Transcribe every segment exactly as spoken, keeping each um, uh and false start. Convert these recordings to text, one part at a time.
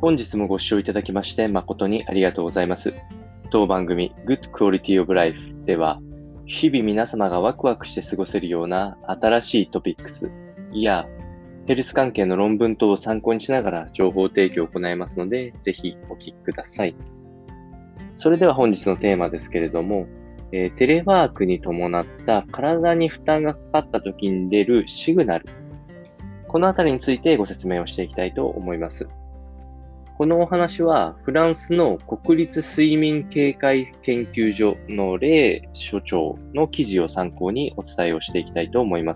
本日もご視聴いただきまして誠にありがとうございます。当番組 Good Quality of Life では、日々皆様がワクワクして過ごせるような新しいトピックスやヘルス関係の論文等を参考にしながら情報提供を行いますので、ぜひお聞きください。それでは本日のテーマですけれども、えー、テレワークに伴った体に負担がかかった時に出るシグナル。このあたりについてご説明をしていきたいと思います。このお話はフランスの国立睡眠警戒研究所のレイ所長の記事を参考にお伝えをしていきたいと思います。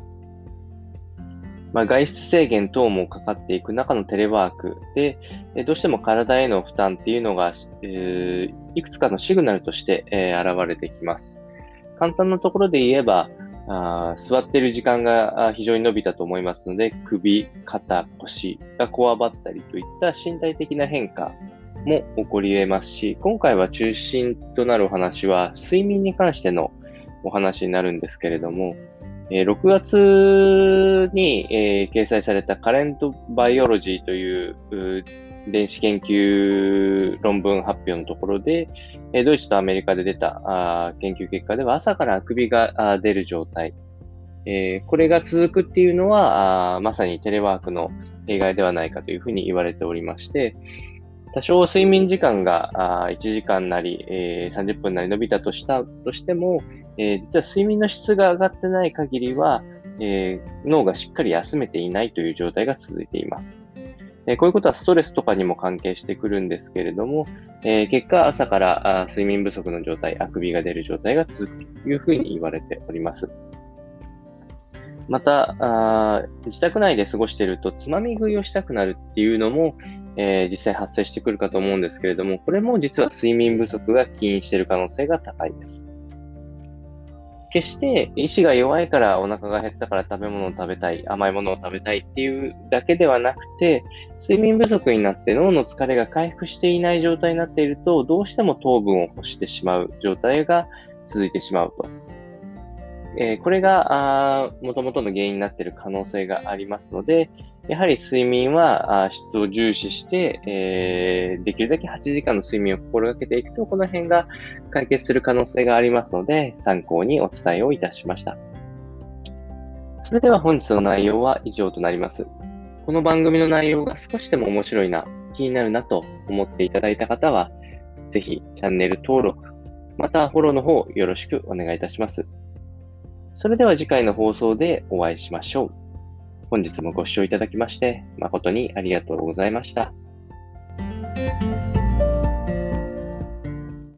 まあ、外出制限等もかかっていく中のテレワークで、どうしても体への負担っていうのが、えー、いくつかのシグナルとして、えー、現れてきます。簡単なところで言えば、あ座っている時間が非常に伸びたと思いますので、首、肩、腰がこわばったりといった身体的な変化も起こり得ますし、今回は中心となるお話は睡眠に関してのお話になるんですけれども、ろくがつに掲載されたカレントバイオロジーという電子研究論文発表のところで、ドイツとアメリカで出た研究結果では朝からあくびが出る状態。これが続くっていうのは、まさにテレワークの弊害ではないかというふうに言われておりまして、多少睡眠時間がいちじかんなりさんじゅっぷんなり伸びたとしたとしても、実は睡眠の質が上がってない限りは、脳がしっかり休めていないという状態が続いています。こういうことはストレスとかにも関係してくるんですけれども、結果朝から睡眠不足の状態、あくびが出る状態が続くというふうに言われております。また、自宅内で過ごしているとつまみ食いをしたくなるっていうのも、えー、実際発生してくるかと思うんですけれども、これも実は睡眠不足が起因している可能性が高いです。決して意志が弱いからお腹が減ったから食べ物を食べたい、甘いものを食べたいっていうだけではなくて、睡眠不足になって脳の疲れが回復していない状態になっていると、どうしても糖分を欲してしまう状態が続いてしまうと。えー、これが元々の原因になっている可能性がありますので、やはり睡眠はあ質を重視して、えー、できるだけはちじかんの睡眠を心がけていくと、この辺が解決する可能性がありますので、参考にお伝えをいたしました。それでは本日の内容は以上となります。この番組の内容が少しでも面白いな、気になるなと思っていただいた方は、ぜひチャンネル登録、またフォローの方よろしくお願いいたします。それでは次回の放送でお会いしましょう。本日もご視聴いただきまして誠にありがとうございました。